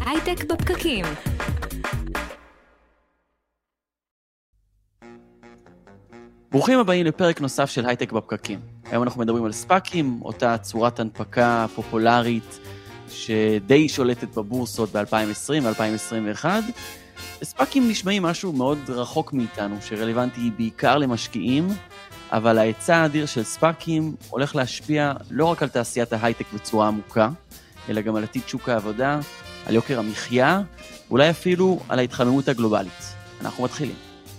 הייטק בפקקים. ברוכים הבאים לפרק נוסף של הייטק בפקקים. היום אנחנו מדברים על ספאקים, אותה צורת הנפקה פופולרית שדי שולטת בבורסות ב-2020 ו-2021. ספאקים נשמעים משהו מאוד רחוק מאיתנו, שרלוונטי בעיקר למשקיעים, אבל ההיצע האדיר של ספאקים הולך להשפיע לא רק על תעשיית ההייטק בצורה עמוקה, אלא גם על עתיד שוק העבודה, על יוקר המחיה, ואולי אפילו על ההתחממות הגלובלית. אנחנו מתחילים.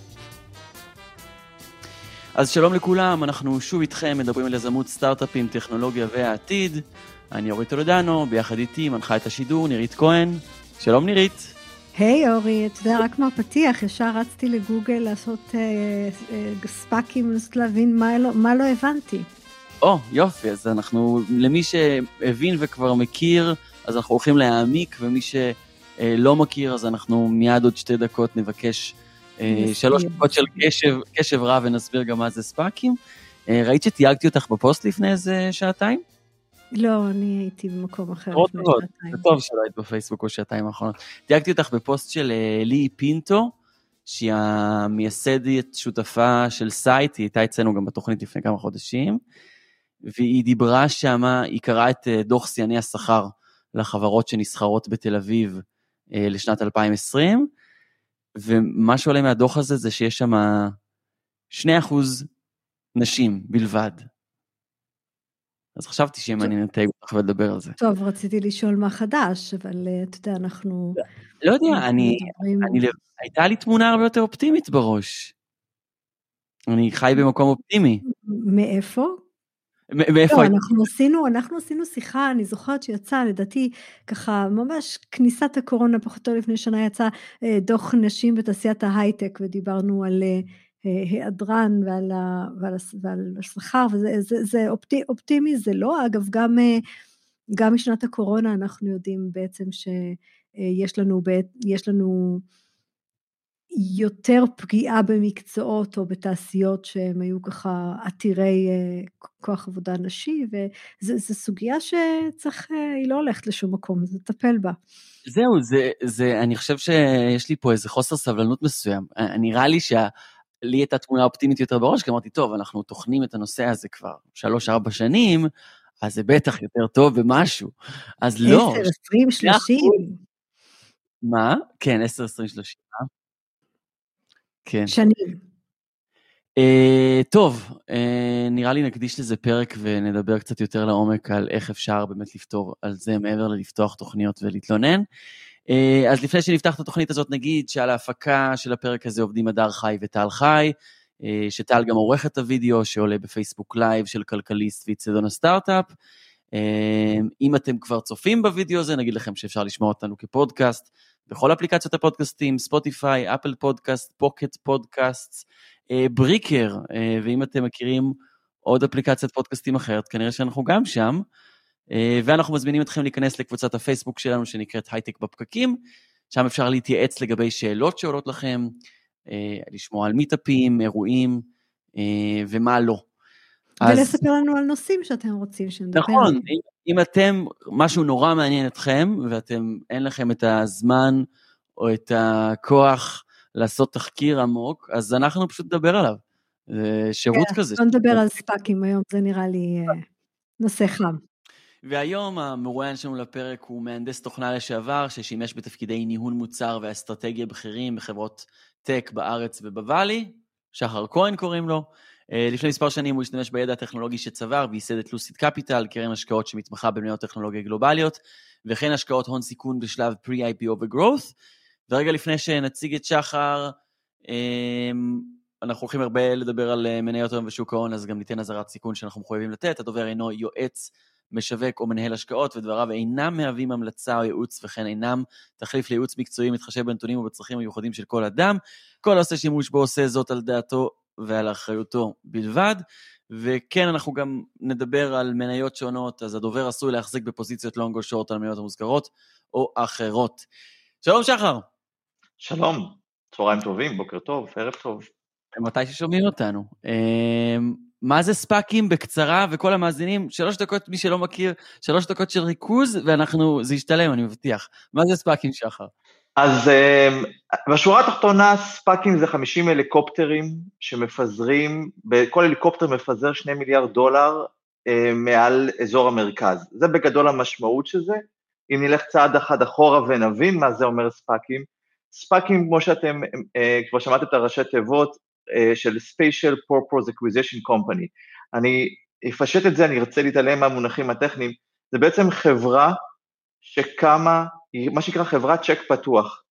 אז שלום לכולם, אנחנו שוב איתכם מדברים על יזמות סטארט-אפים, טכנולוגיה והעתיד. אני אורי טולדנו, ביחד איתי מנחה את השידור, נירית כהן. שלום נירית. היי אורי, אתה יודע, רק מהפתיח, ישר רצתי לגוגל לעשות ספאקים, לנסות להבין מה לא הבנתי. יופי, אז אנחנו, למי שהבין וכבר מכיר, אז אנחנו הולכים להעמיק, ומי שלא מכיר, אז אנחנו מיד עוד 2 דקות נבקש 3 דקות של קשב רב, ונסביר גם מה זה ספאקים. ראית שתייגתי אותך בפוסט לפני איזה שעתיים? לא, אני הייתי במקום אחר לפני שעתיים. זה טוב שלא היית בפייסבוק או שעתיים האחרונות. תייגתי אותך בפוסט של לי פינטו, שהיא המייסדת שותפה של סייט, היא הייתה אצלנו גם בתוכנית לפני כמה חודשים, והיא דיברה שמה, היא קראה את דוח שיאני השכר לחברות שנסחרות בתל אביב לשנת 2020, ומה שעולה מהדוח הזה זה שיש שם 2% נשים בלבד. אז חשבתי שאם אני נתייג אותך ולדבר על זה. טוב, רציתי לשאול מה חדש, אבל אתה יודע, אנחנו... לא יודע, הייתה לי תמונה הרבה יותר אופטימית בראש. אני חי במקום אופטימי. מאיפה? מאיפה? לא, אנחנו עשינו שיחה, אני זוכרת שיצא, לדעתי, ככה, ממש כניסת הקורונה, פחות או לפני שנה יצא דוח נשים בתעשיית ההייטק, ודיברנו על היעדרן ועל השכר, וזה אופטימי, זה לא, אגב, גם משנת הקורונה אנחנו יודעים בעצם שיש לנו יותר פגיעה במקצועות או בתעשיות שהם היו ככה עתירי כוח עבודה נשי, וזו סוגיה שצריך, היא לא הולכת לשום מקום, זה לטפל בה. זהו, אני חושב שיש לי פה איזה חוסר סבלנות מסוים. נראה לי לי הייתה תמונה אופטימית יותר בראש, כי אמרתי, טוב, אנחנו תוכנים את הנושא הזה כבר 3-4 שנים, אז זה בטח יותר טוב במשהו. אז לא. 10, 20, 30. מה? כן, 10, 20, 30. כן. שנים. טוב, נראה לי נקדיש לזה פרק ונדבר קצת יותר לעומק על איך אפשר באמת לפתור על זה מעבר ללפתוח תוכניות ולהתלונן. אז לפני שנפתח את התוכנית הזאת נגיד שעל ההפקה של הפרק הזה עובדים הדר חי וטל חי, שטל גם עורך את הוידאו שעולה בפייסבוק לייב של כלכליסט ואיצטדיון הסטארט-אפ. אם אתם כבר צופים בוידאו הזה, נגיד לכם שאפשר לשמוע אותנו כפודקאסט, בכל אפליקציות הפודקאסטים, ספוטיפיי, אפל פודקאסט, פוקט פודקאסט, בריקר, ואם אתם מכירים עוד אפליקציית פודקאסטים אחרת, כנראה שאנחנו גם שם, ואנחנו מזמינים אתכם להיכנס לקבוצת הפייסבוק שלנו, שנקראת הייטק בפקקים, שם אפשר להתייעץ לגבי שאלות שעולות לכם, לשמוע על מיטאפים, אירועים, ומה לא. ולספר לנו על נושאים שאתם רוצים שנדבר. נכון, אם אתם, משהו נורא מעניין אתכם, ואתם אין לכם את הזמן, או את הכוח לעשות תחקיר עמוק, אז אנחנו פשוט נדבר עליו. זה שירות כזה. בוא נדבר על ספאקים היום, זה נראה לי נושא חם. והיום המרואיין שלנו לפרק הוא מהנדס תוכנה לשעבר, ששימש בתפקידי ניהול מוצר ואסטרטגיה בכירים בחברות טק בארץ ובוואלי, שחר כהן קוראים לו. לפני מספר שנים הוא השתמש בידע הטכנולוגי שצבר, וייסד את לוסיד קפיטל, קרן השקעות שמתמחה במניות טכנולוגיה גלובליות, וכן השקעות הון סיכון בשלב pre-IPO ו-growth. ורגע לפני שנציג את שחר, אנחנו הולכים הרבה לדבר על מניות היום ושוק ההון, אז גם ניתן אזהרת סיכון שאנחנו מחויבים לתת. הדובר אינו יועץ, משווק או מנהל השקעות, ודבריו אינם מהווים המלצה או ייעוץ, וכן אינם תחליף לייעוץ מקצועי מתחשב בנתונים ובצרכים המיוחדים של כל אדם. כל העושה שימוש בו עושה זאת על דעתו ועל אחריותו בלבד, וכן אנחנו גם נדבר על מניות שונות, אז הדובר עשוי להחזיק בפוזיציות לונג או שורט על מניות המוזכרות או אחרות. שלום שחר. שלום, צהריים טובים, בוקר טוב, ערב טוב. מתי ששומעים אותנו. מה זה ספאקים בקצרה, וכל המאזינים, 3 דקות, מי שלא מכיר, 3 דקות של ריכוז, זה ישתלם, אני מבטיח. מה זה ספאקים, שחר? אז בשורה התחתונה, ספאקים זה 50 הליקופטרים שמפזרים, כל הליקופטר מפזר $2 מיליארד מעל אזור המרכז. זה בגדול המשמעות של זה. אם נלך צעד אחד אחורה ונבין מה זה אומר ספאקים, ספאקים, כמו שאתם כבר שמעתם את הראשי תיבות, של Spatial Purpose Acquisition Company. אני אפשט את זה, אני ארצה להתעלם מהמונחים הטכניים, זה בעצם חברה שקמה, מה שנקרא חברת צ'ק פתוח,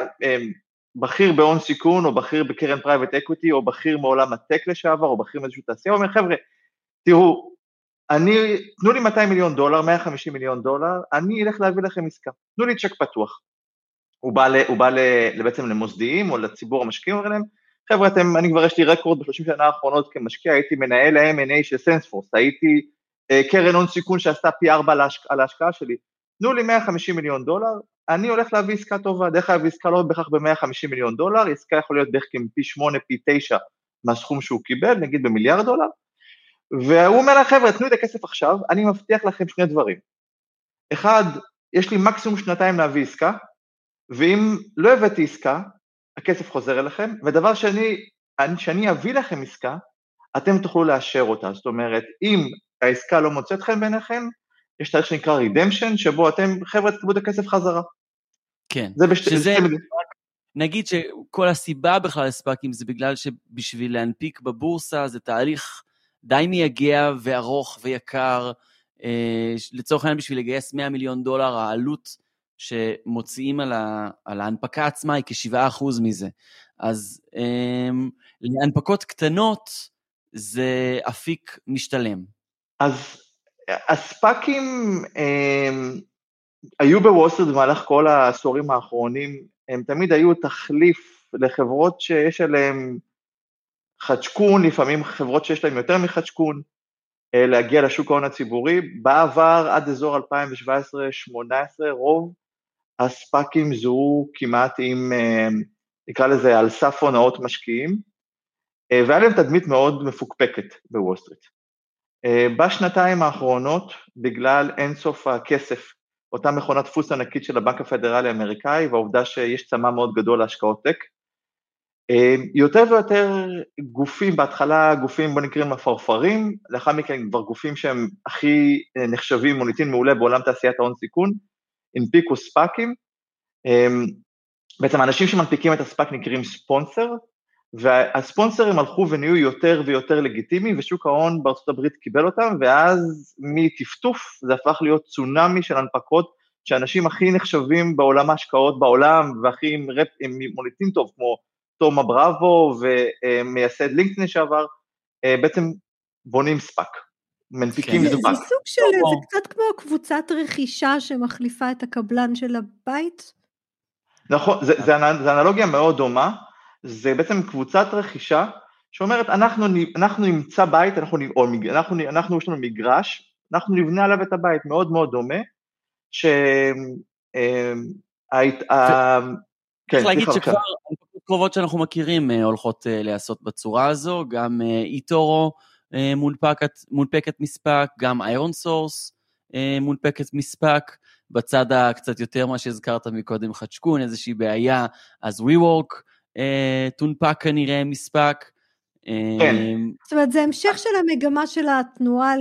בכיר בהון סיכון, או בכיר בקרן פרייבט אקוויטי, או בכיר מעולם הטק לשעבר, או בכיר מאיזשהו תעשייה, אומר, חבר'ה, תראו, תנו לי $200 מיליון, $150 מיליון, אני אלך להביא לכם עסקה, תנו לי צ'ק פתוח. הוא בא בעצם למוסדיים, או לציבור המשקיעים, אומר להם, חבר'ה, אני כבר יש לי רקורד ב-30 שנה האחרונות כמשקיע, הייתי מנהל ה-M&A של סיינפורס, הייתי קרן הון סיכון שעשתה פי 4 על ההשקעה שלי, תנו לי $150 מיליון, אני הולך להביא עסקה טובה, דרך להביא עסקה לא בכך ב$150 מיליון, עסקה יכול להיות בערך פי 8, פי 9 מהסכום שהוא קיבל, נגיד $1 מיליארד, והוא אומר לה, חבר'ה, תנו לי את הכסף עכשיו, אני מבטיח לכם 2 דברים. אחד, יש לי מקסימום 2 להביא עסקה, ואם לא הבאתי עסקה, הכסף חוזר אליכם, ודבר שני, שאני אביא לכם עסקה, אתם תוכלו לאשר אותה, זאת אומרת, אם העסקה לא מוצאת חן בעיניכם, יש תאריך שנקרא redemption, שבו אתם, חבר'ה, תקבלו את הכסף חזרה. כן, נגיד שכל הסיבה בכלל לספאקים, זה בגלל שבשביל להנפיק בבורסה, זה תהליך די מייגע וארוך ויקר, לצורך העניין בשביל לגייס $100 מיליון, העלות שמוציאים על ההנפקה עצמה היא כ7% מזה. אז להנפקות קטנות זה אפיק משתלם. אז הספאקים היו בווסטרד במהלך כל העשורים האחרונים, הם תמיד היו תחליף לחברות שיש עליהן חדשקון, לפעמים חברות שיש להן יותר מחדשקון, להגיע לשוק ההון הציבורי. בעבר עד אזור 2017-2018 רוב הספאקים זוהו כמעט עם, נקרא לזה, על סף הונאות משקיעים, והיה להם תדמית מאוד מפוקפקת בווסטריט. בשנתיים האחרונות, בגלל אינסוף הכסף, אותה מכונת דפוס ענקית של הבנק הפדרלי האמריקאי, והעובדה שיש צמא מאוד גדול להשקעות טק, יותר ויותר גופים, בהתחלה גופים בוא נקראים הפרפרים, לאחר מכן כבר גופים שהם הכי נחשבים מוניטין מעולה בעולם תעשיית ההון סיכון, הנפיקו ספאקים, בעצם האנשים שמנפיקים את הספאק נקראים ספונסר, והספונסרים הלכו ונהיו יותר ויותר לגיטימיים, ושוק ההון בארצות הברית קיבל אותם, ואז מטפטוף זה הפך להיות צונמי של הנפקות, שאנשים הכי נחשבים בעולם ההשקעות בעולם, והכי עם מוניטין טוב, כמו תומה בראבו ומייסד לינקדאין שעבר, בעצם בונים ספאק, מנפיקים ספאק. זה סוג של, זה קצת כמו קבוצת רכישה שמחליפה את הקבלן של הבית? נכון, זה אנלוגיה מאוד דומה, זה בעצם קבוצת רכישה, שאומרת, אנחנו נמצא בית, אנחנו יש לנו מגרש, אנחנו נבנה עליו את הבית, מאוד מאוד דומה, צריך להגיד שכבר קרובות שאנחנו מכירים הולכות לעשות בצורה הזו, גם איטורו מונפקת מספק, גם איירון סורס מונפקת מספק, בצד הקצת יותר מה שהזכרת מקודם חדשקון, איזושהי בעיה, אז WeWork תונפק כנראה מספק. זאת אומרת, זה המשך של המגמה של התנועה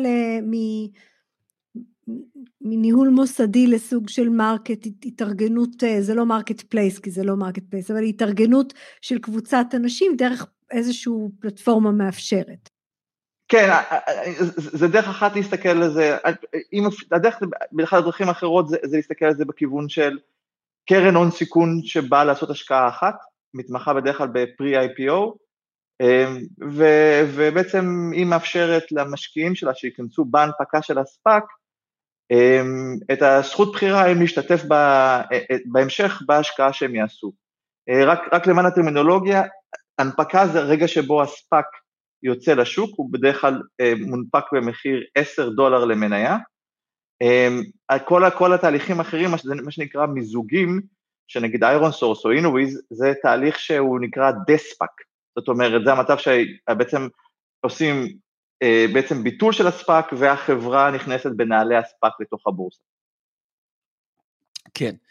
מניהול מוסדי לסוג של מרקט, התארגנות, זה לא מרקט פלייס, כי זה לא מרקט פלייס, אבל התארגנות של קבוצת אנשים דרך איזושהי פלטפורמה מאפשרת. כן, זה דרך אחת להסתכל על זה, הדרך באחד הדרכים האחרות זה להסתכל על זה בכיוון של קרן הון סיכון שבאה לעשות השקעה אחת, מתמחה בדרך כלל בפרי-IPO, ובעצם היא מאפשרת למשקיעים שלה שיכנסו בהנפקה של הספאק, את הזכות בחירה אם להשתתף בהמשך בהשקעה שהם יעשו. רק למען הטרמינולוגיה, הנפקה זה רגע שבו הספאק יוצא לשוק, הוא בדרך כלל מונפק במחיר $10 למניה, כל התהליכים האחרים, מה שנקרא מיזוגים, שנגיד איירון סורס או אינוויז, זה תהליך שהוא נקרא דספאק, זאת אומרת, זה המצב שבעצם עושים בעצם ביטול של הספק, והחברה נכנסת בנעלי הספק לתוך הבורסה. כן,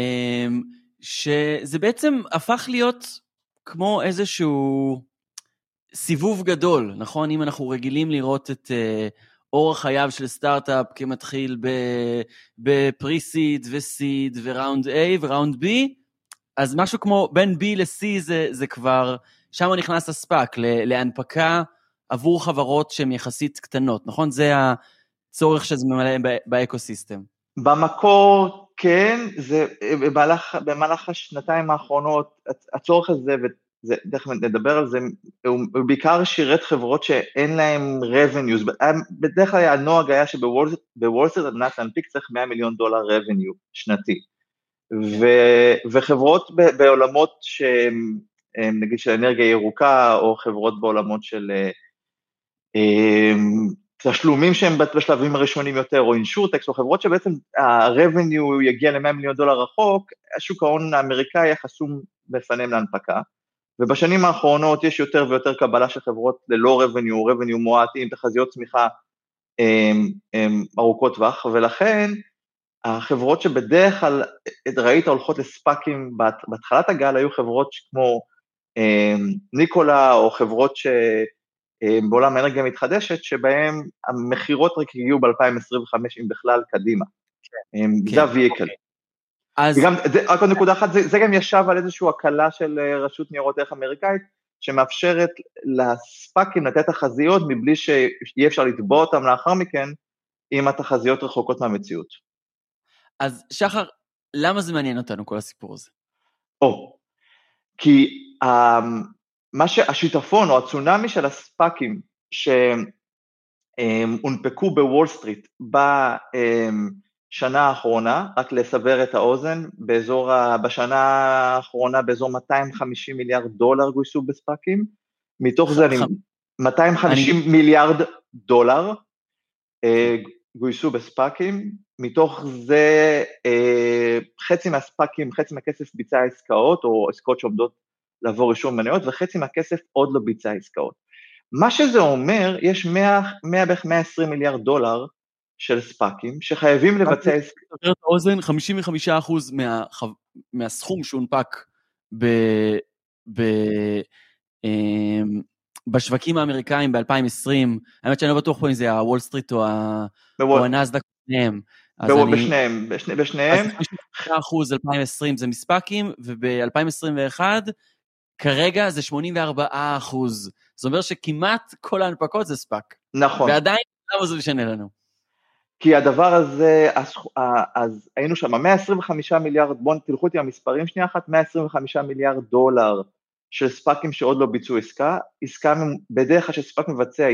שזה בעצם הפך להיות כמו איזשהו סיבוב גדול, נכון? אם אנחנו רגילים לראות את אורח חייו של סטארט-אפ כמתחיל בפרי-סיד וסיד וראונד A וראונד B, אז משהו כמו בין B ל-C זה כבר, שם נכנס הספק להנפקה עבור חברות שהן יחסית קטנות, נכון? זה הצורך שזה ממלא באקוסיסטם. במקור כן, זה במהלך השנתיים האחרונות, הצורך הזה, ודרך נדבר על זה, הוא בעיקר שירת חברות שאין להם revenues, בדרך כלל הנוהג היה שבוול סטריט על מנת להנפיק צריך $100 מיליון revenue שנתי, וחברות בעולמות נגיד של אנרגיה ירוקה, או חברות בעולמות של תשלומים שהם בשלבים הראשונים יותר, או אינשורטקס, או חברות שבעצם ה-revenue יגיע ל$100 מיליון רחוק, השוק ההון האמריקאי היה חסום בפניהם להנפקה, ובשנים האחרונות יש יותר ויותר קבלה של חברות ללא revenue מועט, עם תחזיות צמיחה ארוכות טווח, ולכן החברות שבדרך כלל ראית הולכות לספקים בהתחלת הגל, היו חברות כמו ניקולה, או חברות בעולם האנרגיה מתחדשת, שבהם המחירות רק הגיעו ב-2025, אם בכלל קדימה. זה הוויקל. וגם, רק עוד נקודה אחת, זה גם ישב על איזושהי הקלה של רשות ניירות ערך אמריקאית, שמאפשרת לספקים לתת תחזיות, מבלי שיהיה אפשר לתבוע אותם לאחר מכן, אם התחזיות רחוקות מהמציאות. אז שחר, למה זה מעניין אותנו כל הסיפור הזה? כי מה שהשיטפון או הצונמי של הספקים שהונפקו בוול סטריט בשנה האחרונה, רק לסבר את האוזן, בשנה האחרונה באזור $250 מיליארד גויסו בספקים, מתוך זה $250 מיליארד גויסו בספקים, מתוך זה חצי מהספקים, חצי מהכסף ביצע עסקאות, או עסקאות שעומדות לעבור אישור מניות, וחצי מהכסף עוד לא ביצע עסקאות. מה שזה אומר, יש בערך $120 מיליארד של ספקים, שחייבים לבצע עסקאות. תראה את האוזן, 55% מהסכום שהונפק בשווקים האמריקאים ב-2020, האמת שאני לא בטוח פה אם זה הוול סטריט או הנאסד"ק בשניהם. בשניהם. אז 55% 2020 זה מספקים, וב-2021 כרגע זה 84%. זאת אומרת שכמעט כל ההנפקות זה ספק. נכון. ועדיין למה זה משנה לנו? כי הדבר הזה, אז היינו שם, $125 מיליארד, בואו תלכו אותי המספרים שנייה אחת, $125 מיליארד של ספקים שעוד לא ביצעו עסקה בדרך כלל שספק מבצע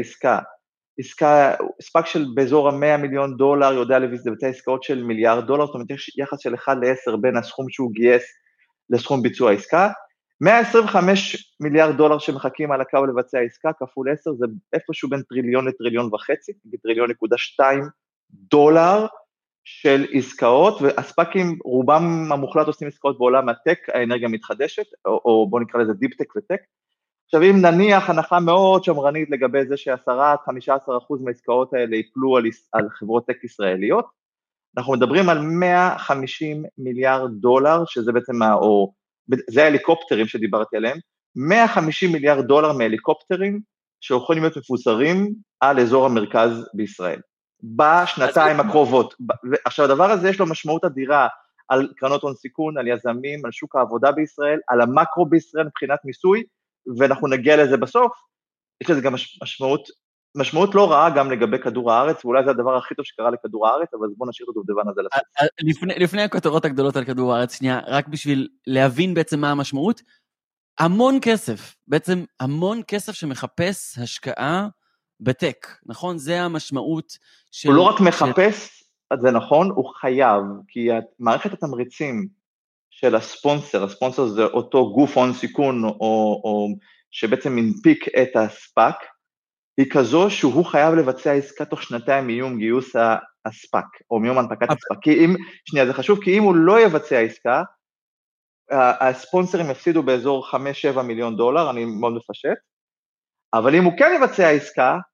ספק של באזור $100 מיליון, יודע לבצע עסקאות של $1 מיליארד, זאת אומרת יש יחס של 1:10 בין הסכום שהוא גייס לסכום ביצוע עסקה, $125 מיליארד שמחכים על הקו לבצע עסקה, כפול 10, זה איפשהו בין $1 טריליון ל$1.5 טריליון, $1.2 של עסקאות, והספקים רובם המוחלט עושים עסקאות בעולם הטק, האנרגיה מתחדשת, או בוא נקרא לזה דיפ-טק וטק. עכשיו אם נניח הנחה מאוד שמרנית לגבי זה ש10-15% מהעסקאות האלה ייפלו על חברות טק ישראליות, אנחנו מדברים על $150 מיליארד, שזה בעצם, זה ההליקופטרים שדיברתי עליהם, $150 מיליארד מהליקופטרים שיכולים להיות מפוזרים על אזור המרכז בישראל, בשנתיים הקרובות. עכשיו הדבר הזה יש לו משמעות אדירה על קרנות הון סיכון, על יזמים, על שוק העבודה בישראל, על המקרו בישראל מבחינת מיסוי, ואנחנו נגיע לזה בסוף. יש לזה גם משמעות לא רעה גם לגבי כדור הארץ, ואולי זה הדבר הכי טוב שקרה לכדור הארץ, אבל בואו נשאיר את הדובדבן הזה לסוף. לפני הכותרות הגדולות על כדור הארץ, שנייה, רק בשביל להבין בעצם מה המשמעות, המון כסף, בעצם המון כסף שמחפש השקעה בטק, נכון? זה המשמעות של... הוא לא רק מחפש, זה נכון, הוא חייב, כי מערכת התמריצים של הספונסר זה אותו גוף הון סיכון, או שבעצם מנפיק את הספק, היא כזו שהוא חייב לבצע עסקה תוך 2 מיום גיוס הספק, או מיום הנפקת הספק. שנייה, זה חשוב, כי אם הוא לא יבצע עסקה, הספונסרים יפסידו באזור $5-7 מיליון, אני מאוד מפשט, אבל אם הוא כן יבצע עסקה,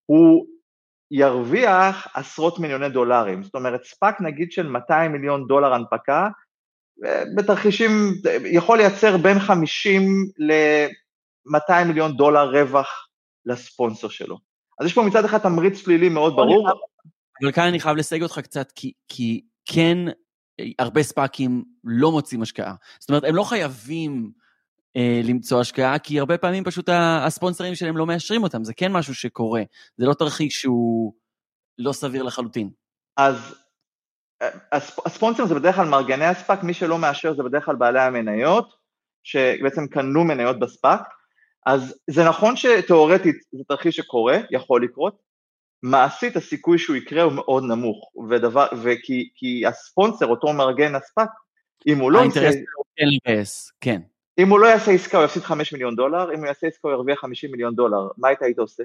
הוא ירוויח עשרות מיליוני דולרים, זאת אומרת ספק נגיד של $200 מיליון הנפקה, בתרחישים יכול לייצר בין 50 ל-200 מיליון דולר רווח לספונסר שלו. אז יש פה מצד אחד תמריץ שלילי מאוד ברור. אבל כאן אני חייב לסייג אותך קצת, כי כן הרבה ספקים לא מוצאים השקעה. זאת אומרת, הם לא חייבים למצוא השקעה, כי הרבה פעמים פשוט הספונסרים שלהם לא מאשרים אותם, זה כן משהו שקורה, זה לא תרחיש שהוא לא סביר לחלוטין. אז הספונסרים זה בדרך כלל מארגני הספק, מי שלא מאשר זה בדרך כלל בעלי המניות, שבעצם קנו מניות בספק, אז זה נכון שתיאורטית זה תרחיש שקורה, יכול לקרות, מעשית הסיכוי שהוא יקרה הוא מאוד נמוך, כי הספונסר, אותו מארגן הספק, אם הוא לא כן. אם הוא לא יעשה עסקה הוא יפסיד $5 מיליון, אם הוא יעשה עסקה הוא ירוויח $50 מיליון, מה היית עושה?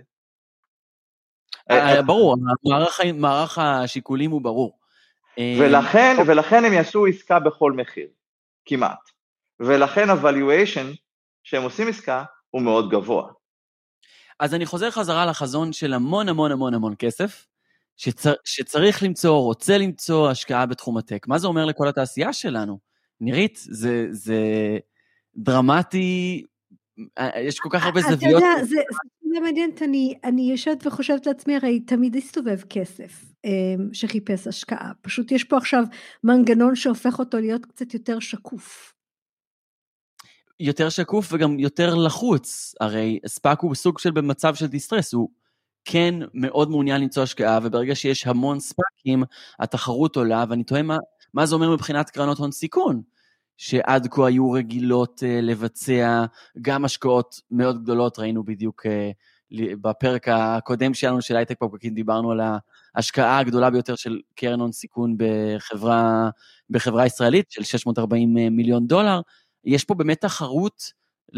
ברור, מערך השיקולים הוא ברור. ולכן הם יעשו עסקה בכל מחיר, כמעט. ולכן ה-valuation שהם עושים עסקה הוא מאוד גבוה. אז אני חוזר חזרה לחזון של המון המון המון המון כסף, שצריך למצוא, רוצה למצוא השקעה בתחום הטק. מה זה אומר לכל התעשייה שלנו? נירית, זה דרמטי, יש כל כך הרבה זוויות. אתה יודע, זה מעניינת, אני יושבת וחושבת לעצמי, הרי תמיד הסתובב כסף שחיפש השקעה. פשוט יש פה עכשיו מנגנון שהופך אותו להיות קצת יותר שקוף. יותר שקוף וגם יותר לחוץ, הרי ספק הוא בסוג של במצב של דיסטרס, הוא כן מאוד מעוניין למצוא השקעה, וברגע שיש המון ספקים, התחרות עולה, ואני תוהה מה זה אומר מבחינת קרנות הון סיכון, שעד כה היו רגילות לבצע גם השקעות מאוד גדולות, ראינו בדיוק בפרק הקודם שלנו של הייטק פופקין, דיברנו על ההשקעה הגדולה ביותר של קרן הון סיכון בחברה ישראלית, של $640 מיליון, יש פה באמת תחרות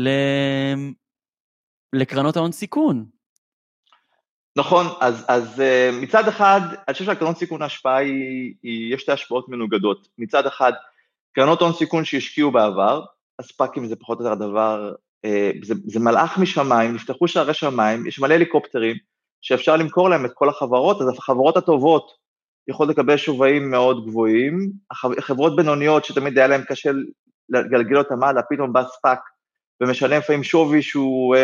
לקרנות ההון סיכון. נכון, אז מצד אחד, אני חושב שהקרנות סיכון ההשפעה יש שתי השפעות מנוגדות. מצד אחד, קרנות הון סיכון שהשקיעו בעבר, הספקים זה פחות או יותר הדבר, זה מלאך משמיים, נפתחו שערי שמיים, יש מלא הליקופטרים, שאפשר למכור להם את כל החברות, אז החברות הטובות יכולות לקבל שווים מאוד גבוהים, החברות בינוניות שתמיד היה להם קשה לגלגל אותם הלאה, פתאום בא ספק, ומשלם לפעמים שווי שהוא,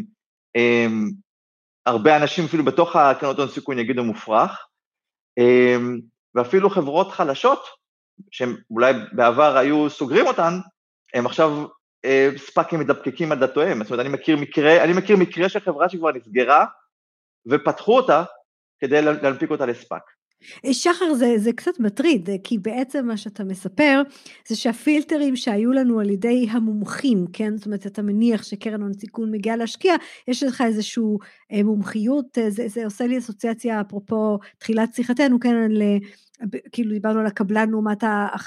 הרבה אנשים אפילו בתוך הקרנות הון סיכון יגידו מופרך, ואפילו חברות חלשות, שהם אולי בעבר היו סוגרים אותן, הם עכשיו ספקים מדפקקים על דתוהם, זאת אומרת, אני מכיר מקרה של חברה שכבר נסגרה, ופתחו אותה כדי להנפיק אותה לספק. שחר, זה קצת מטריד, כי בעצם מה שאתה מספר, זה שהפילטרים שהיו לנו על ידי המומחים, כן? זאת אומרת, אתה מניח שקרן הון סיכון מגיעה להשקיע, יש לך איזושהי מומחיות, זה עושה לי אסוציאציה, אפרופו תחילת שיחתנו, כן, כאילו דיברנו על הקבלן לעומת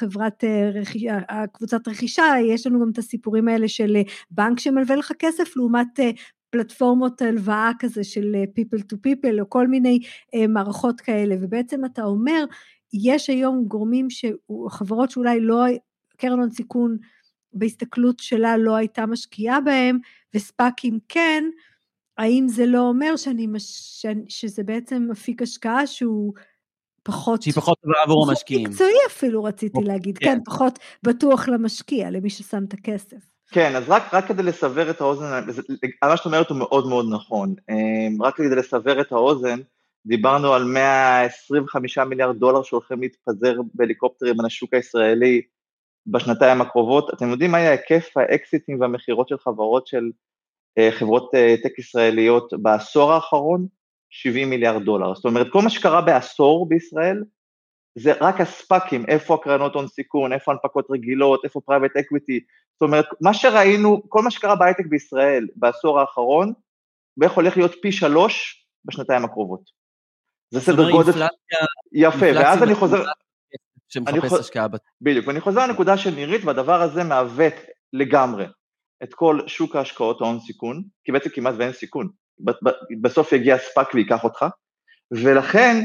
הקבוצת רכישה, יש לנו גם את הסיפורים האלה של בנק שמלווה לך כסף, לעומת פלטפורמות הלוואה כזה של people to people, או כל מיני מערכות כאלה, ובעצם אתה אומר, יש היום גורמים, חברות שאולי לא, קרן הון סיכון, בהסתכלות שלה לא הייתה משקיעה בהם, וספקים כן, האם זה לא אומר שזה בעצם מפיק השקעה שהוא פחות... שהיא פחות עבור המשקיעים. מקצועי אפילו רציתי להגיד, כן, פחות בטוח למשקיע, למי ששם את הכסף. כן, אז רק כדי לסבר את האוזן, מה שאת אומרת הוא מאוד מאוד נכון, רק כדי לסבר את האוזן, דיברנו על $125 מיליארד שהולכים להתפזר בהליקופטרים על השוק הישראלי בשנתיים הקרובות, אתם יודעים מה היה היקף האקסיטים והמחירות של חברות חברות טק ישראליות בעשור האחרון? $70 מיליארד, זאת אומרת כל מה שקרה בעשור בישראל, זה רק הספקים, איפה הקרנות הון סיכון, איפה הנפקות רגילות, איפה פרייבט אקוויטי, זאת אומרת, מה שראינו, כל מה שקרה בהייטק בישראל בעשור האחרון, בערך הולך להיות פי 3 בשנתיים הקרובות. זה סדר גודל... יפה, ואז אני חוזר... שמחפש השקעה. בדיוק, ואני חוזר לנקודה של נירית, והדבר הזה מעוות לגמרי את כל שוק ההשקעות ההון סיכון, כי בעצם כמעט ואין סיכון, בסוף יגיע ספק ויקח אותך, ולכן,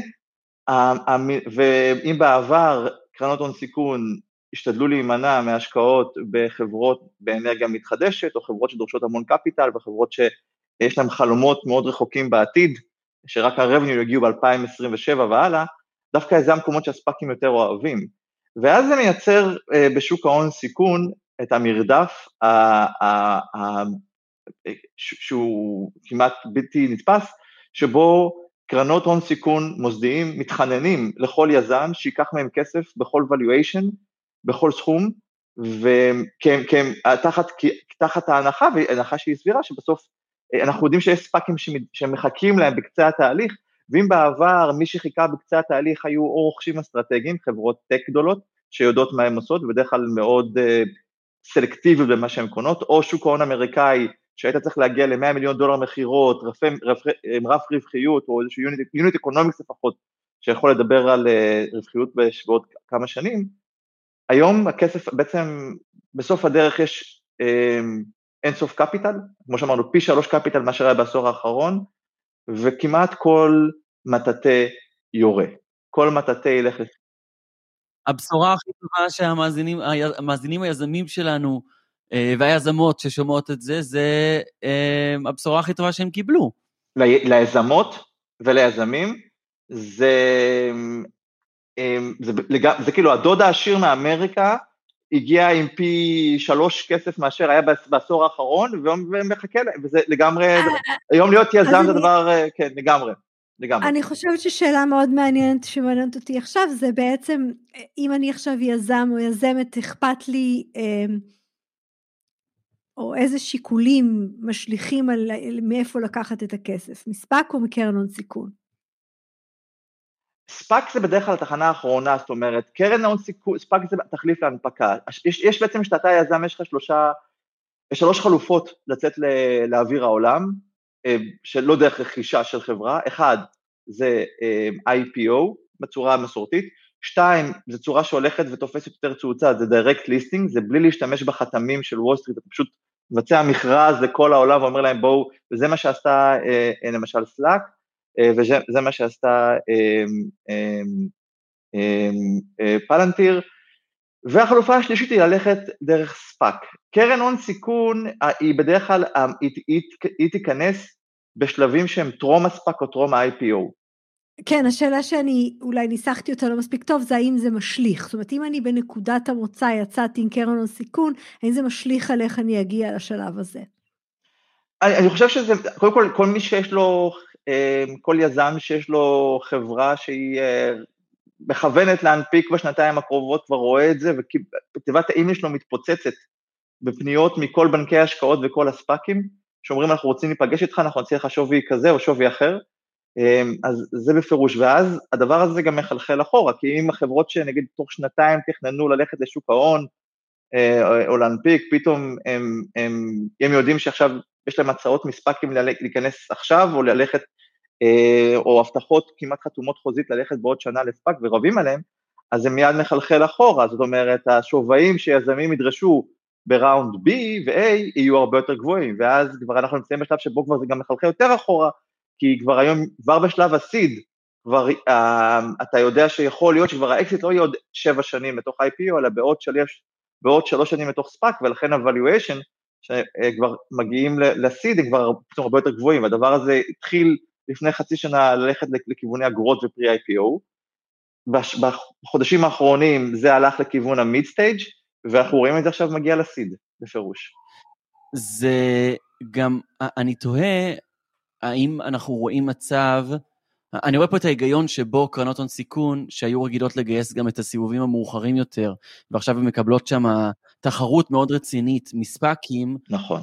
ואם בעבר קרנות הון סיכון השתדלו להימנע מהשקעות בחברות באנרגיה מתחדשת, או חברות שדורשות המון קפיטל, וחברות שיש להם חלומות מאוד רחוקים בעתיד, שרק הרבניו יגיעו ב-2027 והלאה, דווקא זה המקומות שהספאקים יותר אוהבים. ואז זה מייצר בשוק ההון סיכון את המרדף שהוא כמעט בלתי נתפס, שבו קרנות הון סיכון מוסדיים מתחננים לכל יזם שיקח מהם כסף בכל valuation, בכל סכום, תחת ההנחה, והנחה שהיא סבירה, שבסוף אנחנו יודעים שיש ספאקים שמחכים להם בקצה התהליך, ואם בעבר מי שחיכה בקצה התהליך היו או רוכשים אסטרטגיים, חברות טק גדולות, שיודעות מה הם עושות, ובדרך כלל מאוד סלקטיביות במה שהן קונות, או שוק ההון אמריקאי, שהיית צריך להגיע ל$100 מיליון מחירות, עם רף רווחיות, או איזשהו יוניט אקונומיקס לפחות, שיכול לדבר על רווחיות בעוד כמה שנים. היום הכסף בעצם, בסוף הדרך יש אינסוף קפיטל, כמו שאמרנו, פי 3 קפיטל מה שראה בעשור האחרון, וכמעט כל מטאטה יורה. כל מטאטה ילך לפי. הבשורה הכי טובה שהמאזינים היזמים שלנו, והיזמות ששומעות את זה, זה הבשורה הכי טובה שהם קיבלו. ליזמות וליזמים, זה כאילו הדוד העשיר מאמריקה, הגיע עם פי 3 כסף מאשר היה בעשור האחרון, ומחכה להם, וזה לגמרי, היום להיות יזם זה דבר, כן, לגמרי. אני חושבת ששאלה מאוד מעניינת שמעניינת אותי עכשיו, זה בעצם, אם אני עכשיו יזם או יזמת, אכפת לי, או איזה שיקולים משליכים על מאיפה לקחת את הכסף, מספק או מקרן הון סיכון? ספק זה בדרך כלל התחנה האחרונה, זאת אומרת, קרן הון סיכון, ספק זה תחליף להנפקה, יש בעצם שאתה יזם, יש לך 3 חלופות לצאת לאוויר העולם, שלא דרך רכישה של חברה, 1 זה IPO בצורה המסורתית, 2 זה צורה שהולכת ותופסת יותר תאוצה, זה direct listing, זה בלי להשתמש בחתמים של וול סטריט, אתה פשוט מבצע מכרז לכל העולם ואומר להם בואו, וזה מה שעשתה למשל Slack, וזה מה שעשתה פלנטיר, והחלופה השלישית היא ללכת דרך ספק. קרן הון סיכון היא בדרך כלל, היא תיכנס בשלבים שהם טרום הספק או טרום ה-IPO. כן, השאלה שאני אולי ניסחתי אותה לא מספיק טוב, זה האם זה משליך. זאת אומרת, אם אני בנקודת המוצא יצאתי עם קרן הון סיכון, האם זה משליך על איך אני אגיע לשלב הזה? אני חושב שזה, קודם כל, כל מי שיש לו, כל יזם שיש לו חברה שהיא מכוונת להנפיק בשנתיים הקרובות, כבר רואה את זה, וכתיבת האימייל שלו מתפוצצת בפניות מכל בנקי ההשקעות וכל הספקים, שאומרים אנחנו רוצים להיפגש איתך, אנחנו נציע לך שווי כזה או שווי אחר, אז זה בפירוש, ואז הדבר הזה גם מחלחל אחורה, כי אם החברות שנגיד תוך שנתיים תכננו ללכת לשוק ההון, או להנפיק, פתאום הם יודעים שעכשיו יש להם הצעות מספקים להיכנס עכשיו, או ללכת, או הבטחות כמעט חתומות חוזית ללכת בעוד שנה לספק, ורבים עליהם, אז זה מיד מחלחל אחורה, זאת אומרת, השווים שיזמים ידרשו בראונד B ו-A, יהיו הרבה יותר גבוהים, ואז כבר אנחנו נמצאים בשלב שבו כבר זה גם מחלחל יותר אחורה, כי כבר היום, כבר בשלב הסיד, כבר אתה יודע שיכול להיות שכבר האקסיט לא יהיה עוד 7 שנים לתוך IPO, אלא בעוד 3 שנים לתוך ספק, ולכן ה-valuation שכבר מגיעים לסיד, הם כבר הרבה יותר גבוהים, והדבר הזה התחיל לפני חצי שנה ללכת לכיווני אגרות ופרי-IPO, בחודשים האחרונים זה הלך לכיוון המיד סטייג', ואנחנו רואים את זה עכשיו מגיע לסיד, בפירוש. זה גם, אני תוהה, האם אנחנו רואים מצב, אני רואה פה את ההיגיון שבו קרנות הון סיכון, שהיו רגילות לגייס גם את הסיבובים המאוחרים יותר, ועכשיו הן מקבלות שם תחרות מאוד רצינית, מספקים, נכון.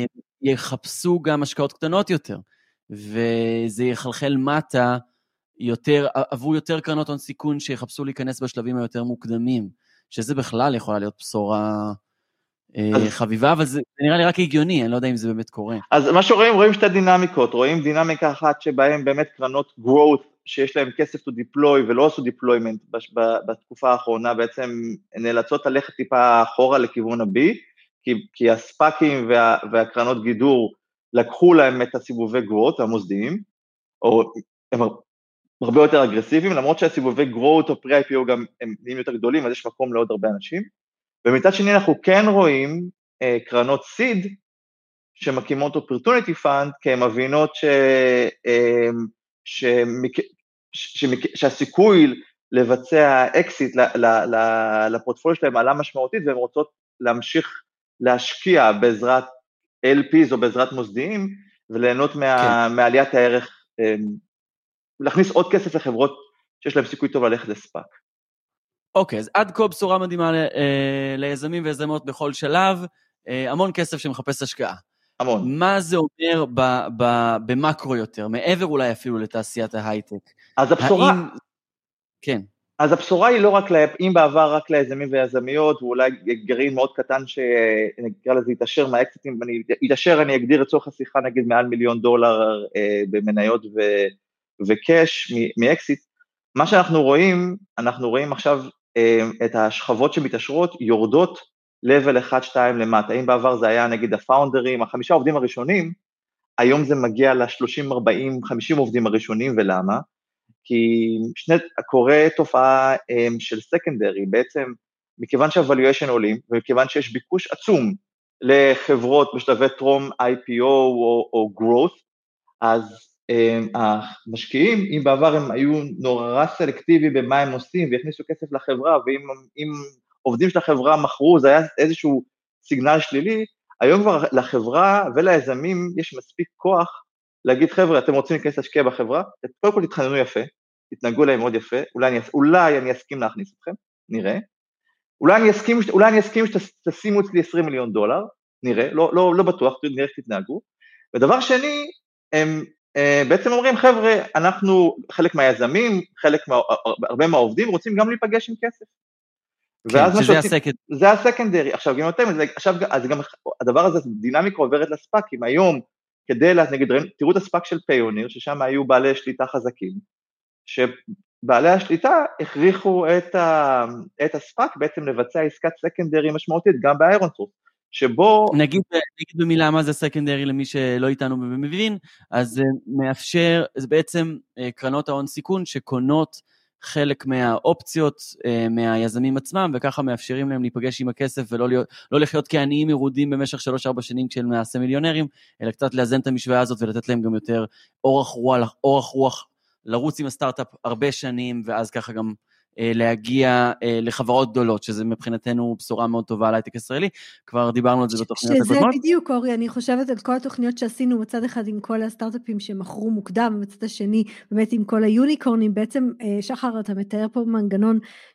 יחפשו גם השקעות קטנות יותר, וזה יחלחל מטה יותר, עבור יותר קרנות הון סיכון שיחפשו להיכנס בשלבים היותר מוקדמים, שזה בכלל יכולה להיות בשורה חביבה, אבל זה נראה לי רק הגיוני, אני לא יודע אם זה באמת קורה. אז מה שרואים שתי דינמיקות, רואים דינמיקה אחת שבהם באמת קרנות growth, שיש להם כסף to deploy ולא עשו deployment בתקופה האחרונה, בעצם נאלצות ללכת טיפה אחורה לכיוון ה-B, כי הספקים והקרנות גידור לקחו להם את הסיבובי growth המוסדיים, או הם הרבה יותר אגרסיביים, למרות שהסיבובי growth או pre-IPO גם הם נהיים יותר גדולים, אז יש מקום לעוד הרבה אנשים, ומצד שני אנחנו כן רואים קרנות סיד, שמקימות opportunity fund, כי הן מבינות שהסיכוי לבצע אקסיט לפורטפוליו שלהם עלה משמעותית, והן רוצות להמשיך להשקיע בעזרת LPs או בעזרת מוסדיים, וליהנות מעליית הערך, להכניס עוד כסף לחברות שיש להם סיכוי טוב ללכת לספאק. אוקיי, אז עד כה בשורה מדהימה ליזמים ויזמות בכל שלב, המון כסף שמחפש השקעה. המון. מה זה אומר במקרו יותר, מעבר אולי אפילו לתעשיית ההייטק? אז הבשורה... כן. אז הבשורה היא לא רק, אם בעבר רק ליזמים ויזמיות, ואולי גרעין מאוד קטן שנקרא לזה יתאשר מהאקסיטים, יתאשר אני אגדיר לצורך השיחה נגיד מעל $1,000,000 במניות וקש מאקסיט, מה שאנחנו רואים עכשיו את השכבות שמתאשרות יורדות לבל 1-2 למטה, אם בעבר זה היה נגיד הפאונדרים, 5 עובדים הראשונים, היום זה מגיע ל-30, 40, 50 עובדים הראשונים, ולמה? כי קורה תופעה של סקנדרי, בעצם מכיוון שהvaluation עולים, ומכיוון שיש ביקוש עצום לחברות בשלבי טרום IPO או growth, אז המשקיעים, אם בעבר הם היו נורא סלקטיבי במה הם עושים, והכניסו כסף לחברה, ואם עובדים של החברה מכרו, זה היה איזשהו סיגנל שלילי, היום כבר לחברה וליזמים יש מספיק כוח, להגיד חבר'ה, אתם רוצים להיכנס להשקיע בחברה, קודם כל תתחננו יפה, תתנהגו להם מאוד יפה, אולי אני אסכים להכניס אתכם, נראה, אולי אני אסכים שתשימו אצלי $20 מיליון, נראה, לא בטוח, נראה איך תתנהגו, ודבר שני, הם בעצם אומרים, חבר'ה, אנחנו חלק מהיזמים, הרבה מהעובדים, רוצים גם להיפגש עם כסף. כן, שזה הסקנדרי. זה הסקנדרי, עכשיו, אז גם הדבר הזה, דינמיקה עוברת לספאקים, היום, כדי, נגיד, תראו את הספאק של פיוניר, ששם היו בעלי שליטה חזקים, שבעלי השליטה הכריחו את הספאק בעצם לבצע עסקת סקנדרי משמעותית, גם באיירון סורס, שבו... נגיד במילה מה זה סקנדרי למי שלא איתנו ומבין, אז זה מאפשר, זה בעצם קרנות ההון סיכון שקונות חלק מהאופציות מהיזמים עצמם, וככה מאפשרים להם להיפגש עם הכסף ולא לחיות כעניים מרודים במשך 3-4 שנים כשהם נעשה מיליונרים, אלא קצת לאזן את המשוואה הזאת ולתת להם גם יותר אורך רוח לרוץ עם הסטארט-אפ הרבה שנים, ואז ככה גם להגיע לחברות גדולות, שזה מבחינתנו בשורה מאוד טובה על הייטק ישראלי, כבר דיברנו על זה בתוכניות הקודמות. שזה בדיוק, אורי, אני חושבת על כל התוכניות שעשינו, מצד אחד עם כל הסטארט-אפים שמכרו מוקדם, ומצד השני, באמת עם כל היוניקורנים, בעצם, שחר, אתה מתאר פה מנגנון,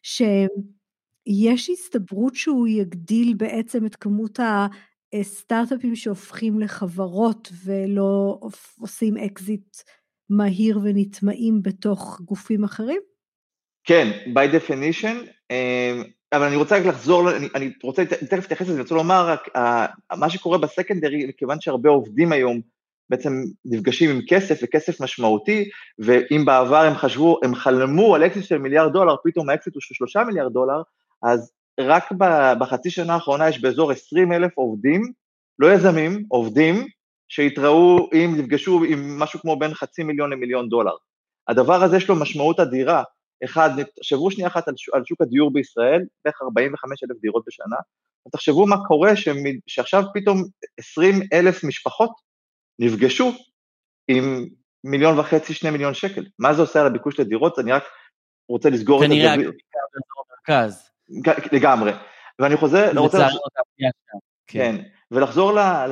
שיש הסתברות שהוא יגדיל בעצם את כמות הסטארט-אפים שהופכים לחברות, ולא עושים אקזיט מהיר ונטמעים בתוך גופים אחרים? כן, by definition, אבל אני רוצה רק לחזור, אני רוצה תכף להתייחס לזה, אני רוצה לומר רק, מה שקורה בסקנדרי, מכיוון שהרבה עובדים היום בעצם נפגשים עם כסף, וכסף משמעותי, ואם בעבר הם חלמו על אקסיט של $1 מיליארד, פתאום האקסיט הוא של $3 מיליארד, אז רק בחצי שנה האחרונה יש באזור 20,000 עובדים, לא יזמים, עובדים, שהתראו, נפגשו עם משהו כמו בין $500,000 ל$1 מיליון. הדבר הזה יש לו משמעות אדירה, אחד, תחשבו שנייה אחת על שוק הדיור בישראל, בערך 45,000 דירות בשנה, ותחשבו מה קורה שעכשיו פתאום 20,000 משפחות נפגשו עם $1.5 מיליון, $2 מיליון. מה זה עושה על הביקוש לדירות? אני רק רוצה לסגור את זה. כנראה המרכז. לגמרי. ואני חוזר, כן. ולחזור